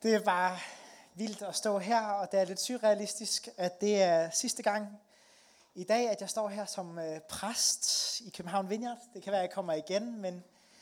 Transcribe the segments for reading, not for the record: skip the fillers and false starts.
Det er bare vildt at stå her, og det er lidt surrealistisk, at det er sidste gang i dag, at jeg står her som præst i København Vineyard. Det kan være, at jeg kommer igen, men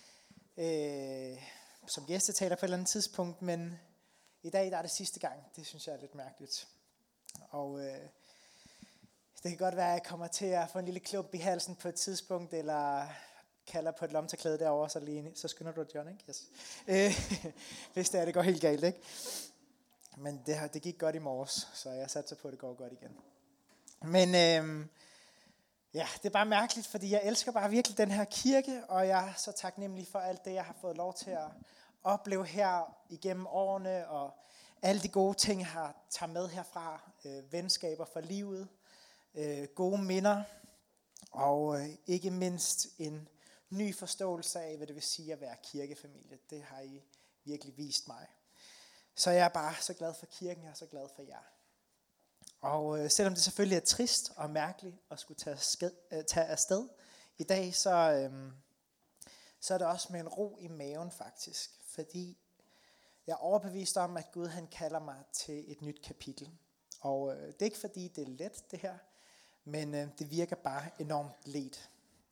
som gæstetaler på et eller andet tidspunkt, men i dag der er det sidste gang. Det synes jeg er lidt mærkeligt. Og det kan godt være, at jeg kommer til at få en lille klump i halsen på et tidspunkt, eller kalder på et lomterklæde derovre, så skynder du John, ikke? Yes. Hvis det går helt galt, ikke? Men det gik godt i morges, så jeg satser på, at det går godt igen. Men ja, det er bare mærkeligt, fordi jeg elsker bare virkelig den her kirke, og jeg er så taknemmelig for alt det, jeg har fået lov til at opleve her igennem årene, og alle de gode ting, jeg har taget med herfra. Venskaber for livet, gode minder, og ikke mindst en ny forståelse af, hvad det vil sige at være kirkefamilie. Det har I virkelig vist mig. Så jeg er bare så glad for kirken, jeg er så glad for jer. Og selvom det selvfølgelig er trist og mærkeligt at skulle tage afsted i dag, så er det også med en ro i maven faktisk. Fordi jeg er overbevist om, at Gud han kalder mig til et nyt kapitel. Og det er ikke fordi det er let det her, men det virker bare enormt let.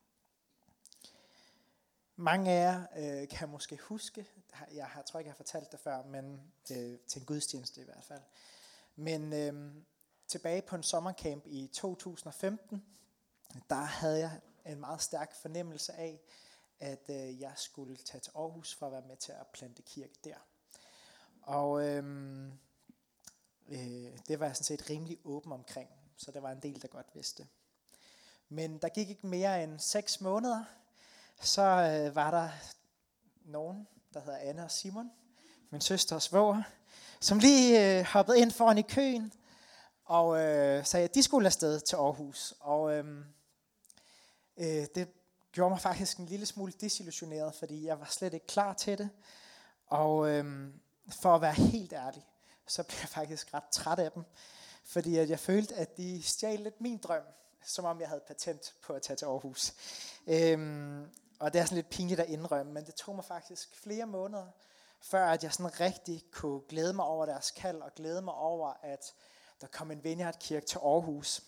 Mange af jer kan måske huske, jeg tror ikke jeg har fortalt det før, men til en gudstjeneste i hvert fald. Men tilbage på en sommercamp i 2015, der havde jeg en meget stærk fornemmelse af, at jeg skulle tage til Aarhus for at være med til at plante kirke der. Og det var jeg sådan set rimelig åben omkring, så der var en del, der godt vidste. Men der gik ikke mere end 6 måneder, så var der nogen, der hedder Anne og Simon, min søster og svoger, som lige hoppede ind foran i køen, og sagde, at de skulle afsted til Aarhus. Og det gjorde mig faktisk en lille smule desillusioneret, fordi jeg var slet ikke klar til det. Og for at være helt ærlig, så blev jeg faktisk ret træt af dem, fordi at jeg følte, at de stjal lidt min drøm, som om jeg havde patent på at tage til Aarhus. Og det er sådan lidt pinligt at indrømme, men det tog mig faktisk flere måneder, før at jeg sådan rigtig kunne glæde mig over deres kald, og glæde mig over, at der kom en Vineyard-kirke til Aarhus.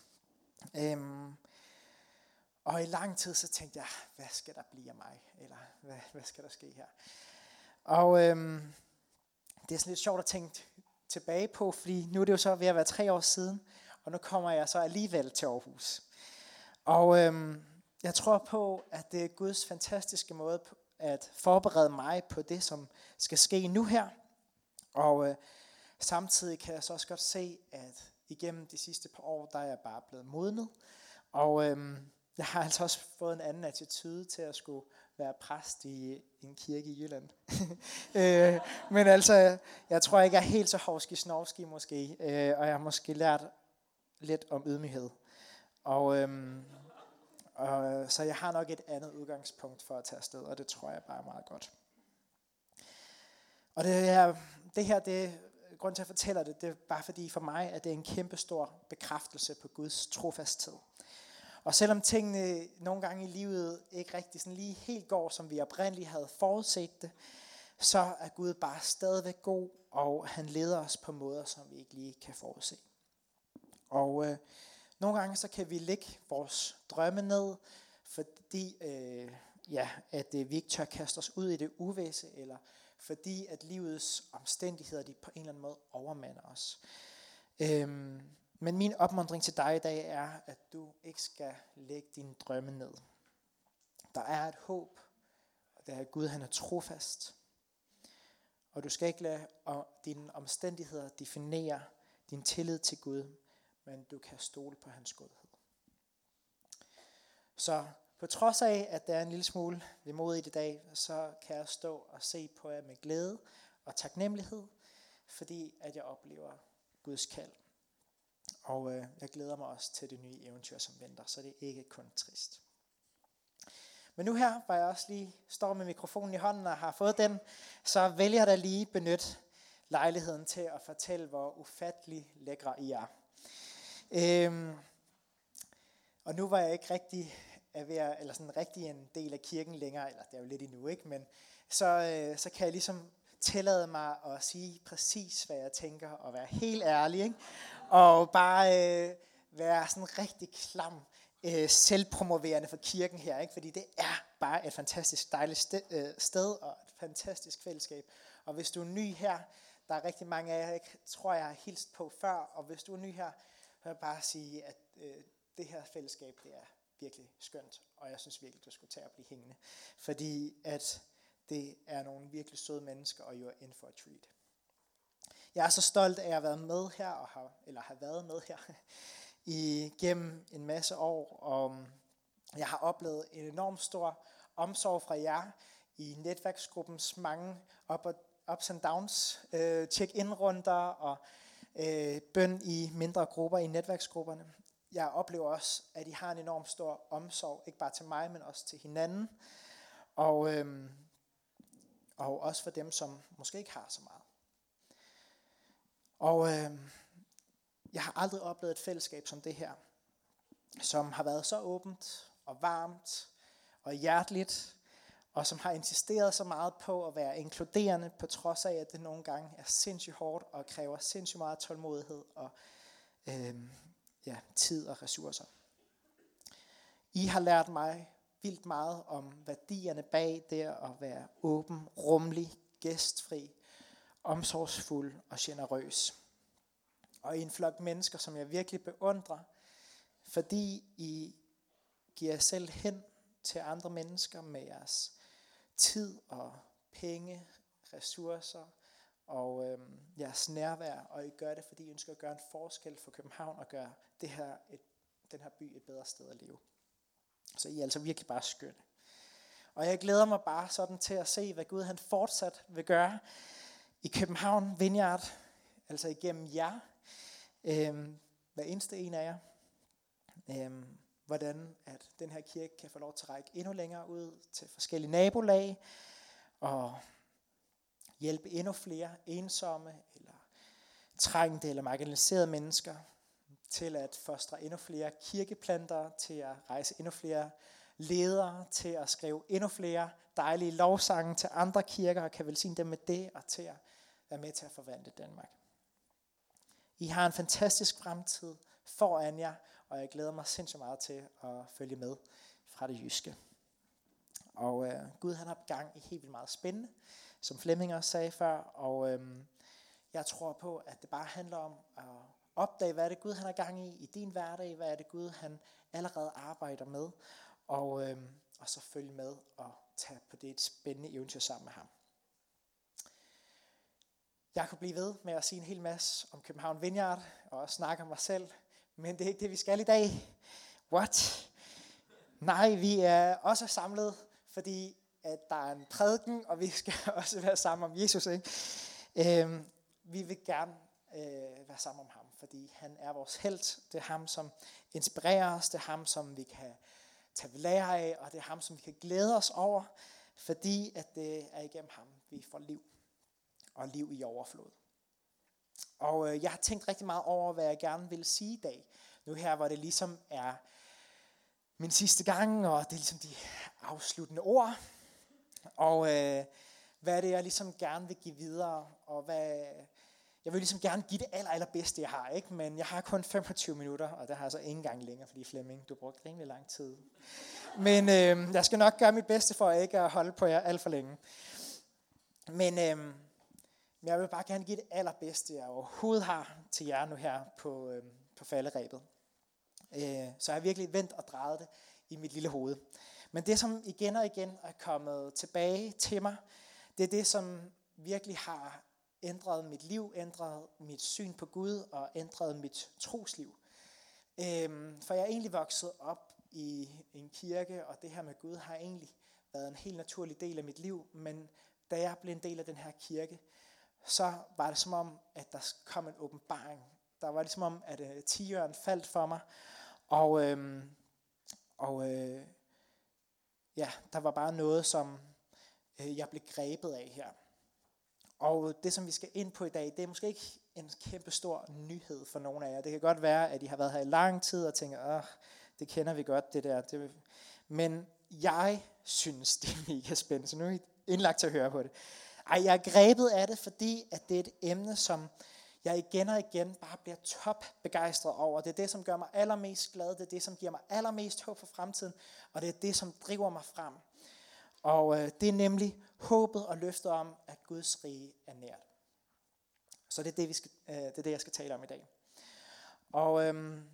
Og i lang tid så tænkte jeg, hvad skal der blive af mig? Eller hvad skal der ske her? Og det er sådan lidt sjovt at tænke tilbage på, fordi nu er det jo så ved at være 3 år siden, og nu kommer jeg så alligevel til Aarhus. Og jeg tror på, at det er Guds fantastiske måde at forberede mig på det, som skal ske nu her. Og samtidig kan jeg så også godt se, at igennem de sidste par år, der er jeg bare blevet modnet. Og jeg har altså også fået en anden attitude til at skulle være præst i en kirke i Jylland. Men altså, jeg tror ikke, jeg er helt så hovski-snovski måske, og jeg har måske lært lidt om ydmyghed. Og så jeg har nok et andet udgangspunkt for at tage afsted, og det tror jeg bare er meget godt. Og det her, grund til at fortælle det er bare fordi for mig, at det er en kæmpe stor bekræftelse på Guds trofasthed. Og selvom tingene nogle gange i livet ikke rigtig sådan lige helt går, som vi oprindeligt havde forudset det, så er Gud bare stadigvæk god, og han leder os på måder, som vi ikke lige kan forudse. Og nogle gange så kan vi lægge vores drømme ned, fordi at vi ikke tør kaste os ud i det uvisse, eller fordi at livets omstændigheder de på en eller anden måde overmander os. Men min opmuntring til dig i dag er, at du ikke skal lægge dine drømme ned. Der er et håb, og det er, at Gud han er trofast. Og du skal ikke lade dine omstændigheder definere din tillid til Gud, men du kan stole på hans godhed. Så på trods af, at der er en lille smule vemodigt i dag, så kan jeg stå og se på jer med glæde og taknemmelighed, fordi at jeg oplever Guds kald. Og jeg glæder mig også til det nye eventyr, som venter, så det er ikke kun trist. Men nu her, hvor jeg også lige står med mikrofonen i hånden og har fået den, så vælger jeg da lige benytte lejligheden til at fortælle, hvor ufattelig lækre I er. Og nu var jeg ikke rigtig rigtig en del af kirken længere, eller det er jo lidt endnu, ikke? Men så kan jeg ligesom tillade mig at sige præcis, hvad jeg tænker, og være helt ærlig, ikke? Og bare være sådan rigtig klam, selvpromoverende for kirken her, ikke? Fordi det er bare et fantastisk dejligt sted og et fantastisk fællesskab. Og hvis du er ny her, der er rigtig mange af jer, jeg tror jeg har hilst på før, og hvis du er ny her, vil jeg bare sige, at det her fællesskab, det er virkelig skønt, og jeg synes virkelig, du skulle tage at blive hængende. Fordi at det er nogle virkelig søde mennesker, og you are in for a treat. Jeg er så stolt af at have været med her, have været med her igennem en masse år, og jeg har oplevet en enormt stor omsorg fra jer i netværksgruppens mange ups and downs, check-in-runder og bøn i mindre grupper i netværksgrupperne. Jeg oplever også, at I har en enormt stor omsorg, ikke bare til mig, men også til hinanden, og også for dem, som måske ikke har så meget. Og jeg har aldrig oplevet et fællesskab som det her, som har været så åbent og varmt og hjerteligt, og som har insisteret så meget på at være inkluderende, på trods af, at det nogle gange er sindssygt hårdt og kræver sindssygt meget tålmodighed og tid og ressourcer. I har lært mig vildt meget om værdierne bag det at være åben, rummelig, gæstfri, omsorgsfuld og generøs. Og I en flok mennesker, som jeg virkelig beundrer, fordi I giver jer selv hen til andre mennesker med jeres tid og penge, ressourcer og jeres nærvær, og I gør det, fordi I ønsker at gøre en forskel for København og gøre den her by et bedre sted at leve. Så I er altså virkelig bare skønne. Og jeg glæder mig bare sådan til at se, hvad Gud han fortsat vil gøre i København Vineyard, altså igennem jer, hver eneste en af jer. Hvordan at den her kirke kan få lov til at række endnu længere ud til forskellige nabolag, og hjælpe endnu flere ensomme, eller trængte, eller marginaliserede mennesker, til at fostre endnu flere kirkeplanter, til at rejse endnu flere ledere, til at skrive endnu flere dejlige lovsange til andre kirker, og kan velsigne dem med det, og til at være med til at forvandle Danmark. I har en fantastisk fremtid foran jer, og jeg glæder mig sindssygt meget til at følge med fra det jyske. Og Gud han har gang i helt vildt meget spændende, som Flemming også sagde før, og jeg tror på, at det bare handler om at opdage, hvad er det Gud han har gang i din hverdag, hvad er det Gud han allerede arbejder med, og så følge med og tage på det et spændende eventyr sammen med ham. Jeg kunne blive ved med at sige en hel masse om København Vineyard, og også snakke om mig selv, men det er ikke det, vi skal i dag. What? Nej, vi er også samlet, fordi at der er en prædiken, og vi skal også være sammen om Jesus, ikke? Vi vil gerne være sammen om ham, fordi han er vores helt. Det er ham, som inspirerer os. Det er ham, som vi kan tage ved lære af, og det er ham, som vi kan glæde os over, fordi at det er igennem ham, vi får liv. Og liv i overflod. Og jeg har tænkt rigtig meget over, hvad jeg gerne vil sige i dag. Nu her, hvor det ligesom er min sidste gang, og det er ligesom de afsluttende ord. Og hvad er det, jeg ligesom gerne vil give videre, og jeg vil ligesom gerne give det allerbedste, jeg har, ikke? Men jeg har kun 25 minutter, og det har jeg så ikke engang længere, fordi Flemming, du brugte rimelig lang tid. Men jeg skal nok gøre mit bedste for ikke at holde på jer alt for længe. Men jeg vil bare gerne give det allerbedste, jeg overhovedet har til jer nu her på falderebet. Så jeg har virkelig vendt og drejet det i mit lille hoved. Men det, som igen og igen er kommet tilbage til mig, det er det, som virkelig har ændret mit liv, ændret mit syn på Gud og ændret mit trosliv. For jeg er egentlig vokset op i en kirke, og det her med Gud har egentlig været en helt naturlig del af mit liv. Men da jeg blev en del af den her kirke, så var det som om, at der kom en åbenbaring. Der var det som om, at tiøren faldt for mig, der var bare noget, som jeg blev grebet af her. Og det, som vi skal ind på i dag, det er måske ikke en kæmpe stor nyhed for nogle af jer. Det kan godt være, at I har været her i lang tid og tænker, det kender vi godt, det der. Men jeg synes, det er mega spændende, så nu er I indlagt til at høre på det. Jeg er grebet af det, fordi at det er et emne, som jeg igen og igen bare bliver top begejstret over. Det er det, som gør mig allermest glad. Det er det, som giver mig allermest håb for fremtiden. Og det er det, som driver mig frem. Og det er nemlig håbet og løftet om, at Guds rige er nært. Så det er det, jeg skal tale om i dag. Og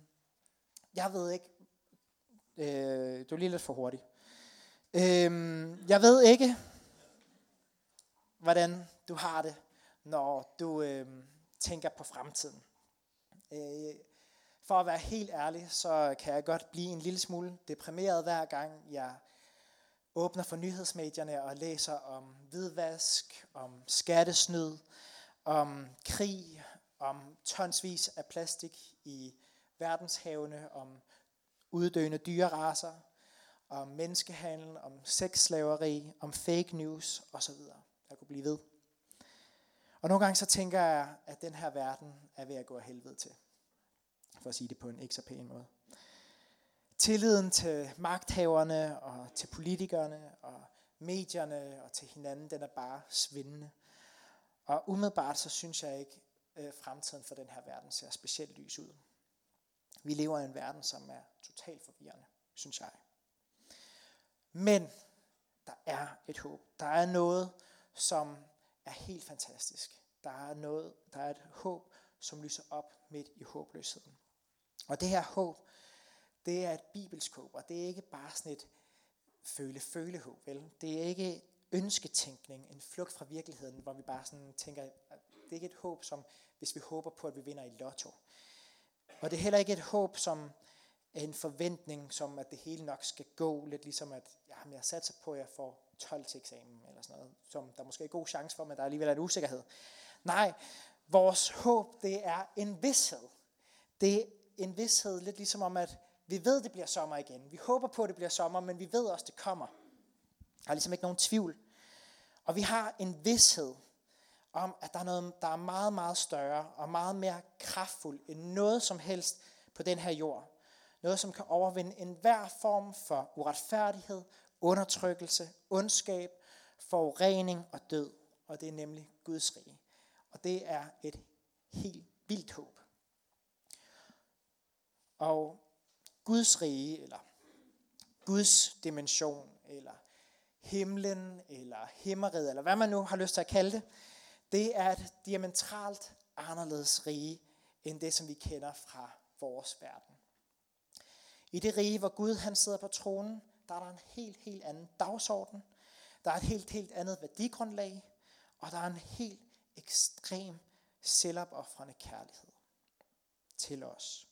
jeg ved ikke, du er lige lidt for hurtig. Jeg ved ikke, hvordan du har det, når du tænker på fremtiden. For at være helt ærlig, så kan jeg godt blive en lille smule deprimeret hver gang jeg åbner for nyhedsmedierne og læser om hvidvask, om skattesnyd, om krig, om tonsvis af plastik i verdenshavene, om uddøende dyreracer, om menneskehandel, om sexslaveri, om fake news osv. Jeg kunne blive ved. Og nogle gange så tænker jeg, at den her verden er ved at gå af helvede til. For at sige det på en ikke så pæn måde. Tilliden til magthaverne og til politikerne og medierne og til hinanden, den er bare svindende. Og umiddelbart så synes jeg ikke, fremtiden for den her verden ser specielt lys ud. Vi lever i en verden, som er totalt forvirrende, synes jeg. Men der er et håb. Der er noget, som er helt fantastisk. Der er et håb, som lyser op midt i håbløsheden. Og det her håb, det er et bibelsk håb, og det er ikke bare sådan et føle-håb, vel? Det er ikke ønsketænkning, en flugt fra virkeligheden, hvor vi bare sådan tænker, det er ikke et håb, som hvis vi håber på, at vi vinder i lotto. Og det er heller ikke et håb, som er en forventning, som at det hele nok skal gå, lidt ligesom at jeg satser på, at jeg får 12 til eksamen, eller sådan noget, som der måske er god chance for, men der alligevel er en usikkerhed. Nej, vores håb, det er en vished. Det er en vished, lidt ligesom om, at vi ved, det bliver sommer igen. Vi håber på, at det bliver sommer, men vi ved også, det kommer. Der er ligesom ikke nogen tvivl. Og vi har en vished om, at der er noget, der er meget, meget større og meget mere kraftfuldt end noget som helst på den her jord. Noget, som kan overvinde enhver form for uretfærdighed, undertrykkelse, ondskab, forurening og død. Og det er nemlig Guds rige. Og det er et helt vildt håb. Og Guds rige, eller Guds dimension, eller himlen, eller himmeriget, eller hvad man nu har lyst til at kalde det, det er et diametralt anderledes rige, end det, som vi kender fra vores verden. I det rige, hvor Gud han sidder på tronen, der er der en helt anden dagsorden. Der er et helt andet værdigrundlag, og der er en helt ekstrem selvopofrende kærlighed til os.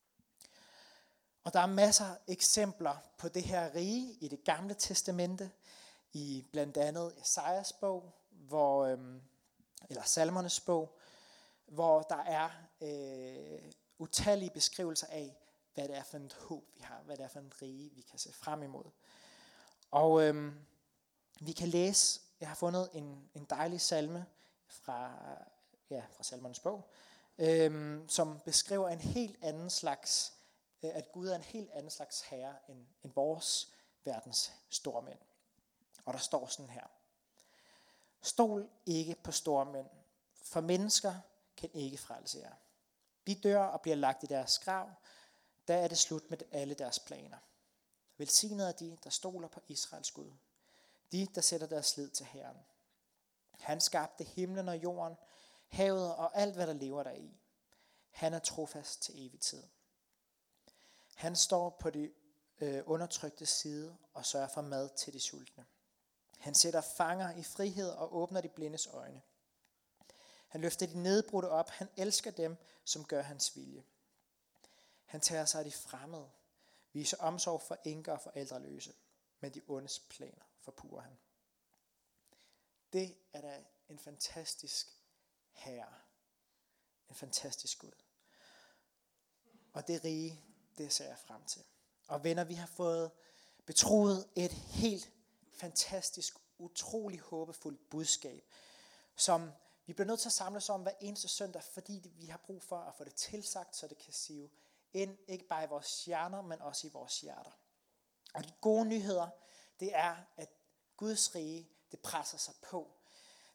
Og der er masser af eksempler på det her rige i det gamle testamente, i blandt andet Esajas bog, eller Salmernes bog, hvor der er utallige beskrivelser af, hvad det er for et håb, vi har, hvad det er for en rige, vi kan se frem imod. Og vi kan læse, jeg har fundet en dejlig salme fra Salmernes bog, som beskriver en helt anden slags, at Gud er en helt anden slags herre end vores verdens stormænd. Og der står sådan her: Stol ikke på stormænd, for mennesker kan ikke frelse jer. De dør og bliver lagt i deres grav, der er det slut med alle deres planer. Velsignet er de, der stoler på Israels Gud. De, der sætter deres lid til Herren. Han skabte himlen og jorden, havet og alt, hvad der lever deri. Han er trofast til evig tid. Han står på de undertrykte side og sørger for mad til de sultne. Han sætter fanger i frihed og åbner de blindes øjne. Han løfter de nedbrudte op. Han elsker dem, som gør hans vilje. Han tager sig af de fremmede, viser omsorg for enker og forældreløse, men de ondes planer forpurer han. Det er da en fantastisk herre. En fantastisk Gud. Og det rige, det ser jeg frem til. Og venner, vi har fået betroet et helt fantastisk, utrolig håbefuldt budskab, som vi bliver nødt til at samles om hver eneste søndag, fordi vi har brug for at få det tilsagt, så det kan sive ind, ikke bare i vores hjerner, men også i vores hjerter. Og de gode nyheder, det er, at Guds rige, det presser sig på.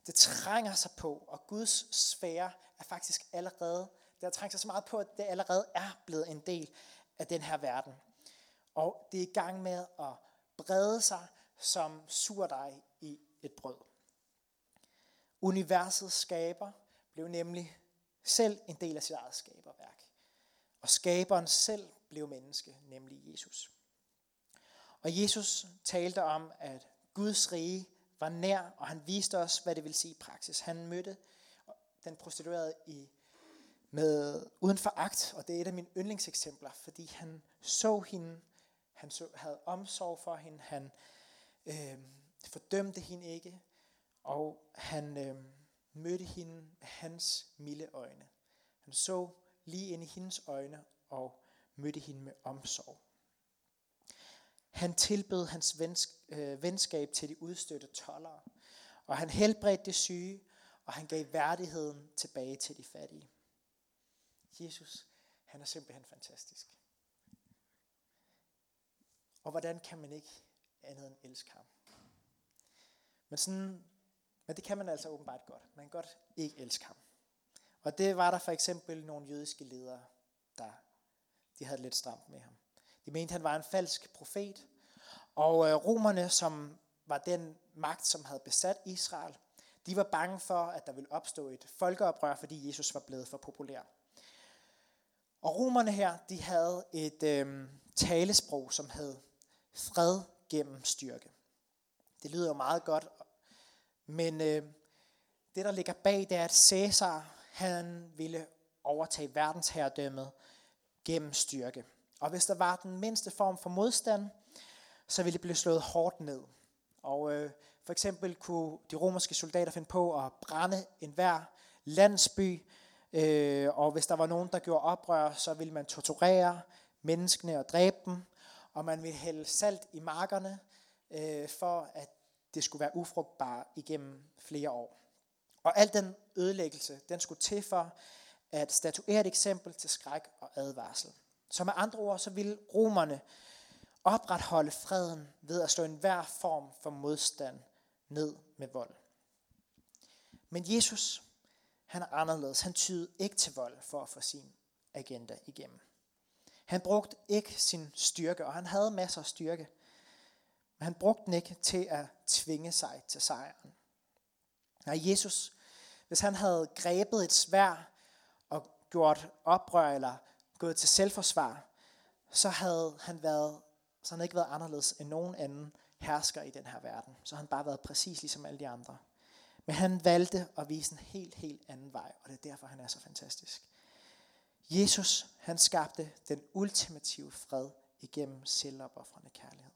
Det trænger sig på, og Guds sfære er faktisk allerede, det har trængt sig så meget på, at det allerede er blevet en del af den her verden. Og det er i gang med at brede sig som surdej i et brød. Universets skaber blev nemlig selv en del af sit eget skaberværk. Og skaberen selv blev menneske, nemlig Jesus. Og Jesus talte om, at Guds rige var nær, og han viste os, hvad det vil sige i praksis. Han mødte den prostituerede uden foragt, og det er et af mine yndlingseksempler, fordi han så hende, havde omsorg for hende, han fordømte hende ikke, og han mødte hende med hans milde øjne. Han så lige ind i hendes øjne og mødte hende med omsorg. Han tilbød hans venskab til de udstødte toldere, og han helbredte de syge, og han gav værdigheden tilbage til de fattige. Jesus, han er simpelthen fantastisk. Og hvordan kan man ikke andet end elske ham? Men det kan man altså åbenbart godt. Man kan godt ikke elske ham. Og det var der for eksempel nogle jødiske ledere, de havde lidt stramt med ham. De mente, han var en falsk profet. Og romerne, som var den magt, som havde besat Israel, de var bange for, at der ville opstå et folkeoprør, fordi Jesus var blevet for populær. Og romerne her, de havde et talesprog, som hed fred gennem styrke. Det lyder jo meget godt, men det, der ligger bag, det er, at Cæsar, han ville overtage verdensherredømmet gennem styrke. Og hvis der var den mindste form for modstand, så ville det blive slået hårdt ned. Og for eksempel kunne de romerske soldater finde på at brænde enhver landsby, og hvis der var nogen, der gjorde oprør, så ville man torturere menneskene og dræbe dem, og man ville hælde salt i markerne, for at det skulle være ufrugtbart igennem flere år. Og al den ødelæggelse, den skulle til for at statuere et eksempel til skræk og advarsel. Så med andre ord, så ville romerne opretholde freden ved at slå enhver form for modstand ned med vold. Men Jesus, han er anderledes. Han tydede ikke til vold for at få sin agenda igennem. Han brugte ikke sin styrke, og han havde masser af styrke. Men han brugte den ikke til at tvinge sig til sejren. Nej, Jesus, hvis han havde grebet et sværd og gjort oprør eller gået til selvforsvar, så havde han ikke været anderledes end nogen anden hersker i den her verden. Så havde han bare været præcis ligesom alle de andre. Men han valgte at vise en helt anden vej, og det er derfor, han er så fantastisk. Jesus, han skabte den ultimative fred igennem selvopoffrende kærlighed.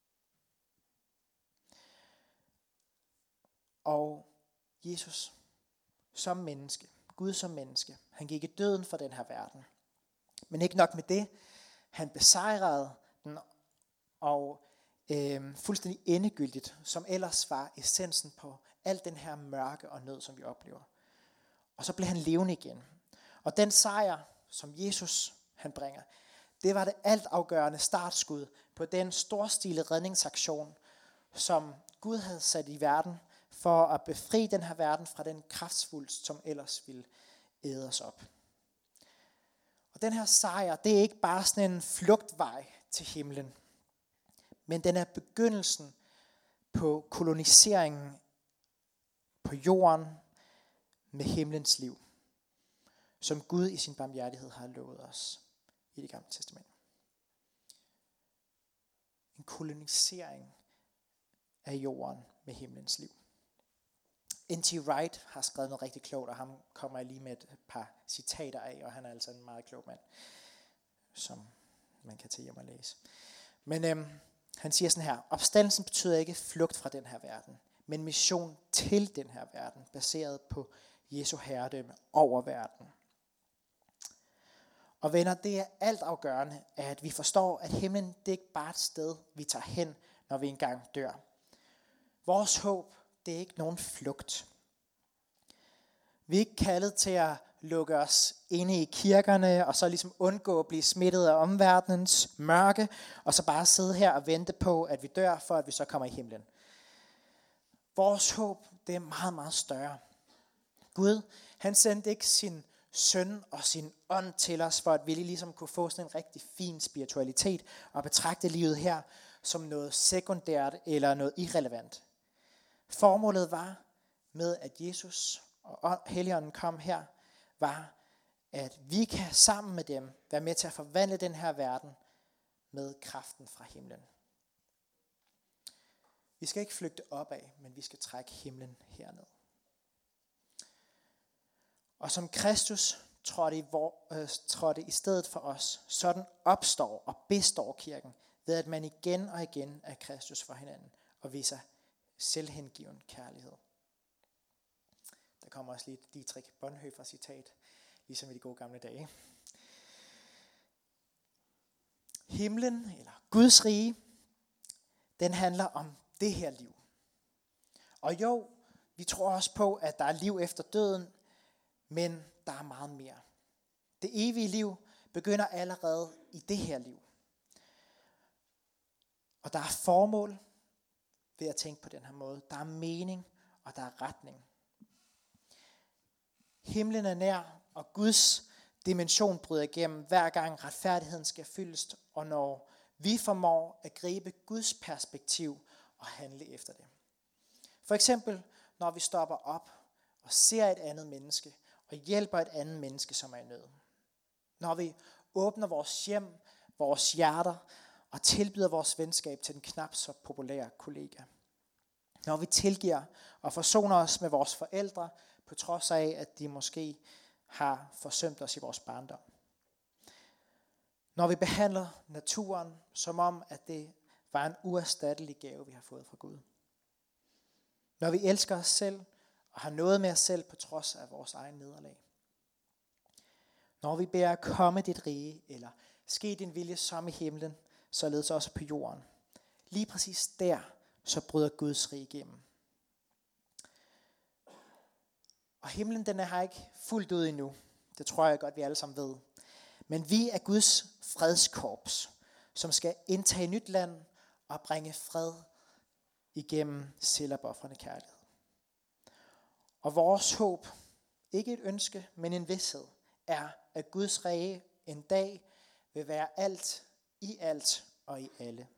Og Jesus som menneske, Gud som menneske, han gik i døden for den her verden. Men ikke nok med det, han besejrede den, og fuldstændig endegyldigt, som ellers var essensen på al den her mørke og nød, som vi oplever. Og så blev han levende igen. Og den sejr, som Jesus han bringer, det var det altafgørende startskud på den storstilede redningsaktion, som Gud havde sat i verden for at befri den her verden fra den kraftsvulst, som ellers ville æde os op. Og den her sejr, det er ikke bare sådan en flugtvej til himlen, men den er begyndelsen på koloniseringen på jorden med himlens liv, som Gud i sin barmhjertighed har lovet os i Det Gamle Testament. En kolonisering af jorden med himlens liv. N.T. Wright har skrevet noget rigtig klogt, og ham kommer jeg lige med et par citater af, og han er altså en meget klog mand, som man kan tage hjem og læse. Men han siger sådan her: opstandelsen betyder ikke flugt fra den her verden, men mission til den her verden, baseret på Jesu herredømme over verden. Og venner, det er altafgørende, at vi forstår, at himlen det er ikke bare et sted, vi tager hen, når vi engang dør. Vores håb, det er ikke nogen flugt. Vi er ikke kaldet til at lukke os inde i kirkerne, og så ligesom undgå at blive smittet af omverdenens mørke, og så bare sidde her og vente på, at vi dør, for at vi så kommer i himlen. Vores håb, det er meget, meget større. Gud, han sendte ikke sin søn og sin ånd til os, for at vi ligesom kunne få sådan en rigtig fin spiritualitet og betragte livet her som noget sekundært eller noget irrelevant. Formålet var med, at Jesus og Helligånden kom her, var, at vi kan sammen med dem være med til at forvandle den her verden med kraften fra himlen. Vi skal ikke flygte opad, men vi skal trække himlen herned. Og som Kristus trådte i stedet for os, sådan opstår og består kirken, ved at man igen og igen er Kristus for hinanden og viser selvhengiven kærlighed. Der kommer også lige et Dietrich Bonhoeffer citat, ligesom i de gode gamle dage. Himlen, eller Guds rige, den handler om det her liv. Og jo, vi tror også på, at der er liv efter døden, men der er meget mere. Det evige liv begynder allerede i det her liv. Og der er formål ved at tænke på den her måde. Der er mening, og der er retning. Himlen er nær, og Guds dimension bryder igennem, hver gang retfærdigheden skal fyldes, og når vi formår at gribe Guds perspektiv og handle efter det. For eksempel, når vi stopper op og ser et andet menneske, og hjælper et andet menneske, som er i nød. Når vi åbner vores hjem, vores hjerter, og tilbyder vores venskab til den knap så populære kollega. Når vi tilgiver og forsoner os med vores forældre, på trods af, at de måske har forsømt os i vores barndom. Når vi behandler naturen, som om, at det var en uerstattelig gave, vi har fået fra Gud. Når vi elsker os selv, og har noget med os selv på trods af vores egen nederlag. Når vi beder komme dit rige, eller ske din vilje som i himlen, således også på jorden. Lige præcis der, så bryder Guds rige igennem. Og himlen, den er her ikke fuldt ud endnu. Det tror jeg godt, vi alle sammen ved. Men vi er Guds fredskorps, som skal indtage nyt land og bringe fred igennem selvopoffrende kærlighed. Og vores håb, ikke et ønske, men en vished, er, at Guds rige en dag vil være alt, i alt og i alle.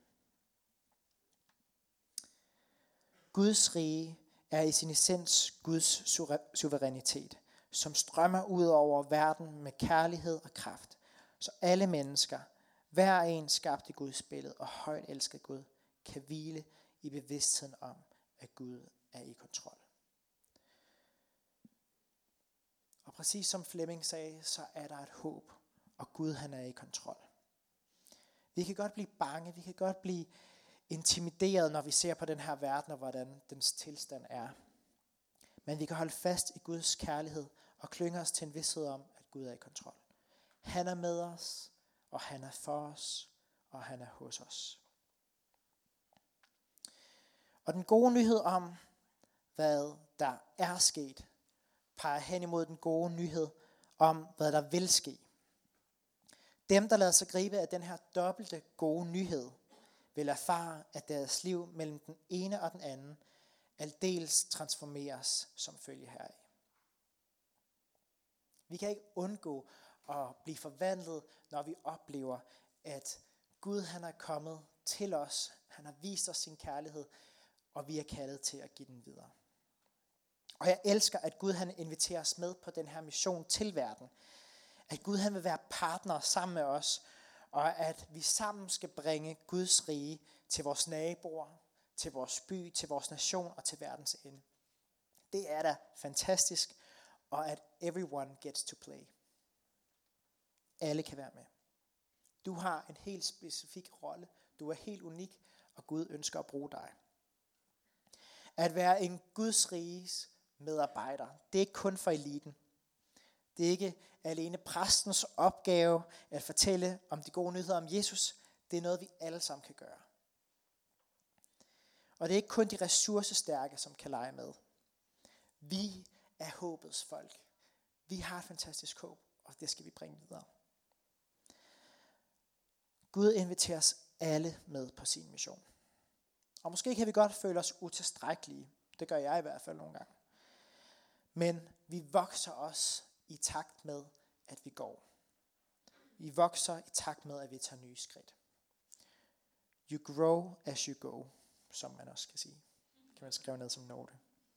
Guds rige er i sin essens Guds suverænitet, som strømmer ud over verden med kærlighed og kraft, så alle mennesker, hver en skabt i Guds billede og højt elsket Gud, kan hvile i bevidstheden om, at Gud er i kontrol. Og præcis som Flemming sagde, så er der et håb, og Gud han er i kontrol. Vi kan godt blive bange, vi kan godt blive intimideret, når vi ser på den her verden, og hvordan dens tilstand er. Men vi kan holde fast i Guds kærlighed, og klynge os til en vished om, at Gud er i kontrol. Han er med os, og han er for os, og han er hos os. Og den gode nyhed om, hvad der er sket, peger hen imod den gode nyhed om, hvad der vil ske. Dem, der lader sig gribe af den her dobbelte gode nyhed, vil erfare, at deres liv mellem den ene og den anden aldeles transformeres som følge heraf. Vi kan ikke undgå at blive forvandlet, når vi oplever, at Gud han er kommet til os. Han har vist os sin kærlighed, og vi er kaldet til at give den videre. Og jeg elsker, at Gud han inviterer os med på den her mission til verden. At Gud han vil være partner sammen med os, og at vi sammen skal bringe Guds rige til vores naboer, til vores by, til vores nation og til verdens ende. Det er da fantastisk, og at everyone gets to play. Alle kan være med. Du har en helt specifik rolle. Du er helt unik, og Gud ønsker at bruge dig. At være en Guds riges medarbejder, det er ikke kun for eliten. Det er ikke alene præstens opgave at fortælle om de gode nyheder om Jesus. Det er noget, vi alle sammen kan gøre. Og det er ikke kun de ressourcestærke, som kan lege med. Vi er håbets folk. Vi har et fantastisk håb, og det skal vi bringe videre. Gud inviterer os alle med på sin mission. Og måske kan vi godt føle os utilstrækkelige, Det gør jeg i hvert fald nogle gange. Men vi vokser også i takt med, at vi går. Vi vokser i takt med, at vi tager nye skridt. You grow as you go, som man også kan sige. Kan man skrive ned som note.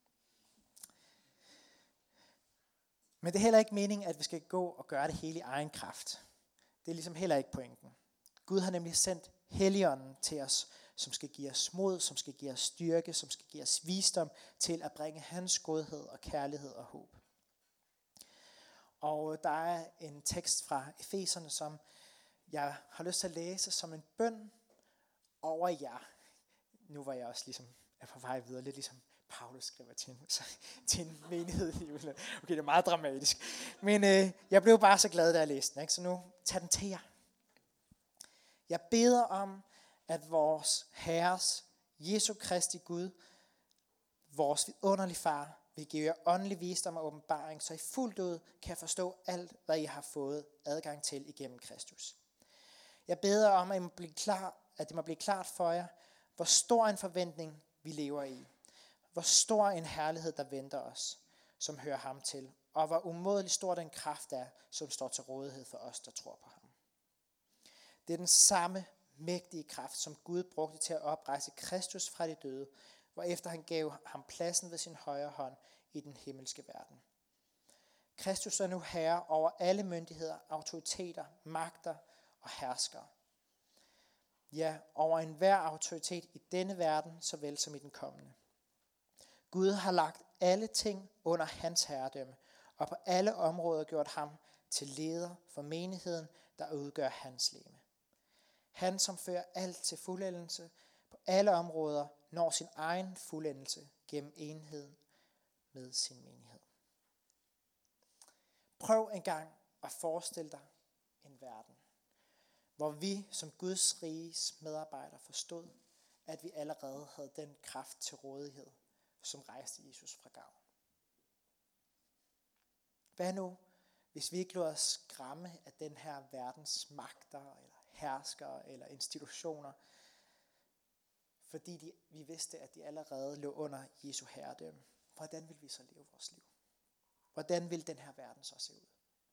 Men det er heller ikke meningen, at vi skal gå og gøre det hele i egen kraft. Det er ligesom heller ikke pointen. Gud har nemlig sendt Helligånden til os, som skal give os mod, som skal give os styrke, som skal give os visdom til at bringe hans godhed og kærlighed og håb. Og der er en tekst fra Efeserne, som jeg har lyst til at læse som en bøn over jer. Nu var jeg også ligesom er på vej videre, lidt ligesom Paulus skriver til en menighed i udlandet. Okay, det er meget dramatisk. Men jeg blev bare så glad, da jeg læste den, ikke? Så nu tag den til jer. Jeg beder om, at vores Herres, Jesu Kristi Gud, vores vidunderlige Far, vil give jer åndelig visdom og åbenbaring, så I fuldt ud kan forstå alt, hvad I har fået adgang til igennem Kristus. Jeg beder om, at det må blive klart for jer, hvor stor en forventning vi lever i. Hvor stor en herlighed, der venter os, som hører ham til. Og hvor umådelig stor den kraft er, som står til rådighed for os, der tror på ham. Det er den samme mægtige kraft, som Gud brugte til at oprejse Kristus fra de døde, hvorefter han gav ham pladsen ved sin højre hånd i den himmelske verden. Kristus er nu herre over alle myndigheder, autoriteter, magter og herskere. Ja, over enhver autoritet i denne verden, såvel som i den kommende. Gud har lagt alle ting under hans herredømme, og på alle områder gjort ham til leder for menigheden, der udgør hans legeme. Han, som fører alt til fuldendelse på alle områder, når sin egen fuldendelse gennem enheden med sin menighed. Prøv engang at forestille dig en verden, hvor vi som Guds riges medarbejdere forstod, at vi allerede havde den kraft til rådighed, som rejste Jesus fra graven. Hvad nu, hvis vi ikke lod os skræmme af den her verdens magter, eller herskere, eller institutioner, fordi vi vidste, at de allerede lå under Jesu herredømme? Hvordan vil vi så leve vores liv? Hvordan vil den her verden så se ud?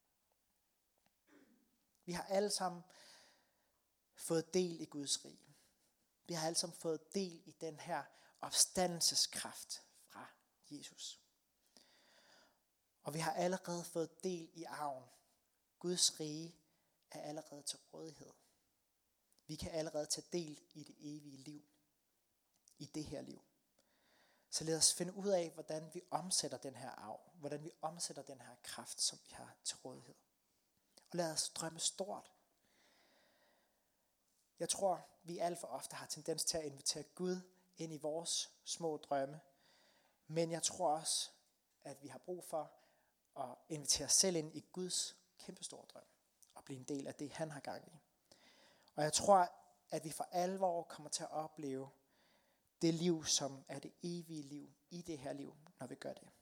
Vi har alle sammen fået del i Guds rige. Vi har alle sammen fået del i den her opstandelseskraft fra Jesus. Og vi har allerede fået del i arven. Guds rige er allerede til rådighed. Vi kan allerede tage del i det evige liv. I det her liv. Så lad os finde ud af, hvordan vi omsætter den her arv. Hvordan vi omsætter den her kraft, som vi har til rådighed. Og lad os drømme stort. Jeg tror, vi alt for ofte har tendens til at invitere Gud ind i vores små drømme. Men jeg tror også, at vi har brug for at invitere os selv ind i Guds kæmpestore drøm. Og blive en del af det, han har gang i. Og jeg tror, at vi for alvor kommer til at opleve det liv, som er det evige liv i det her liv, når vi gør det.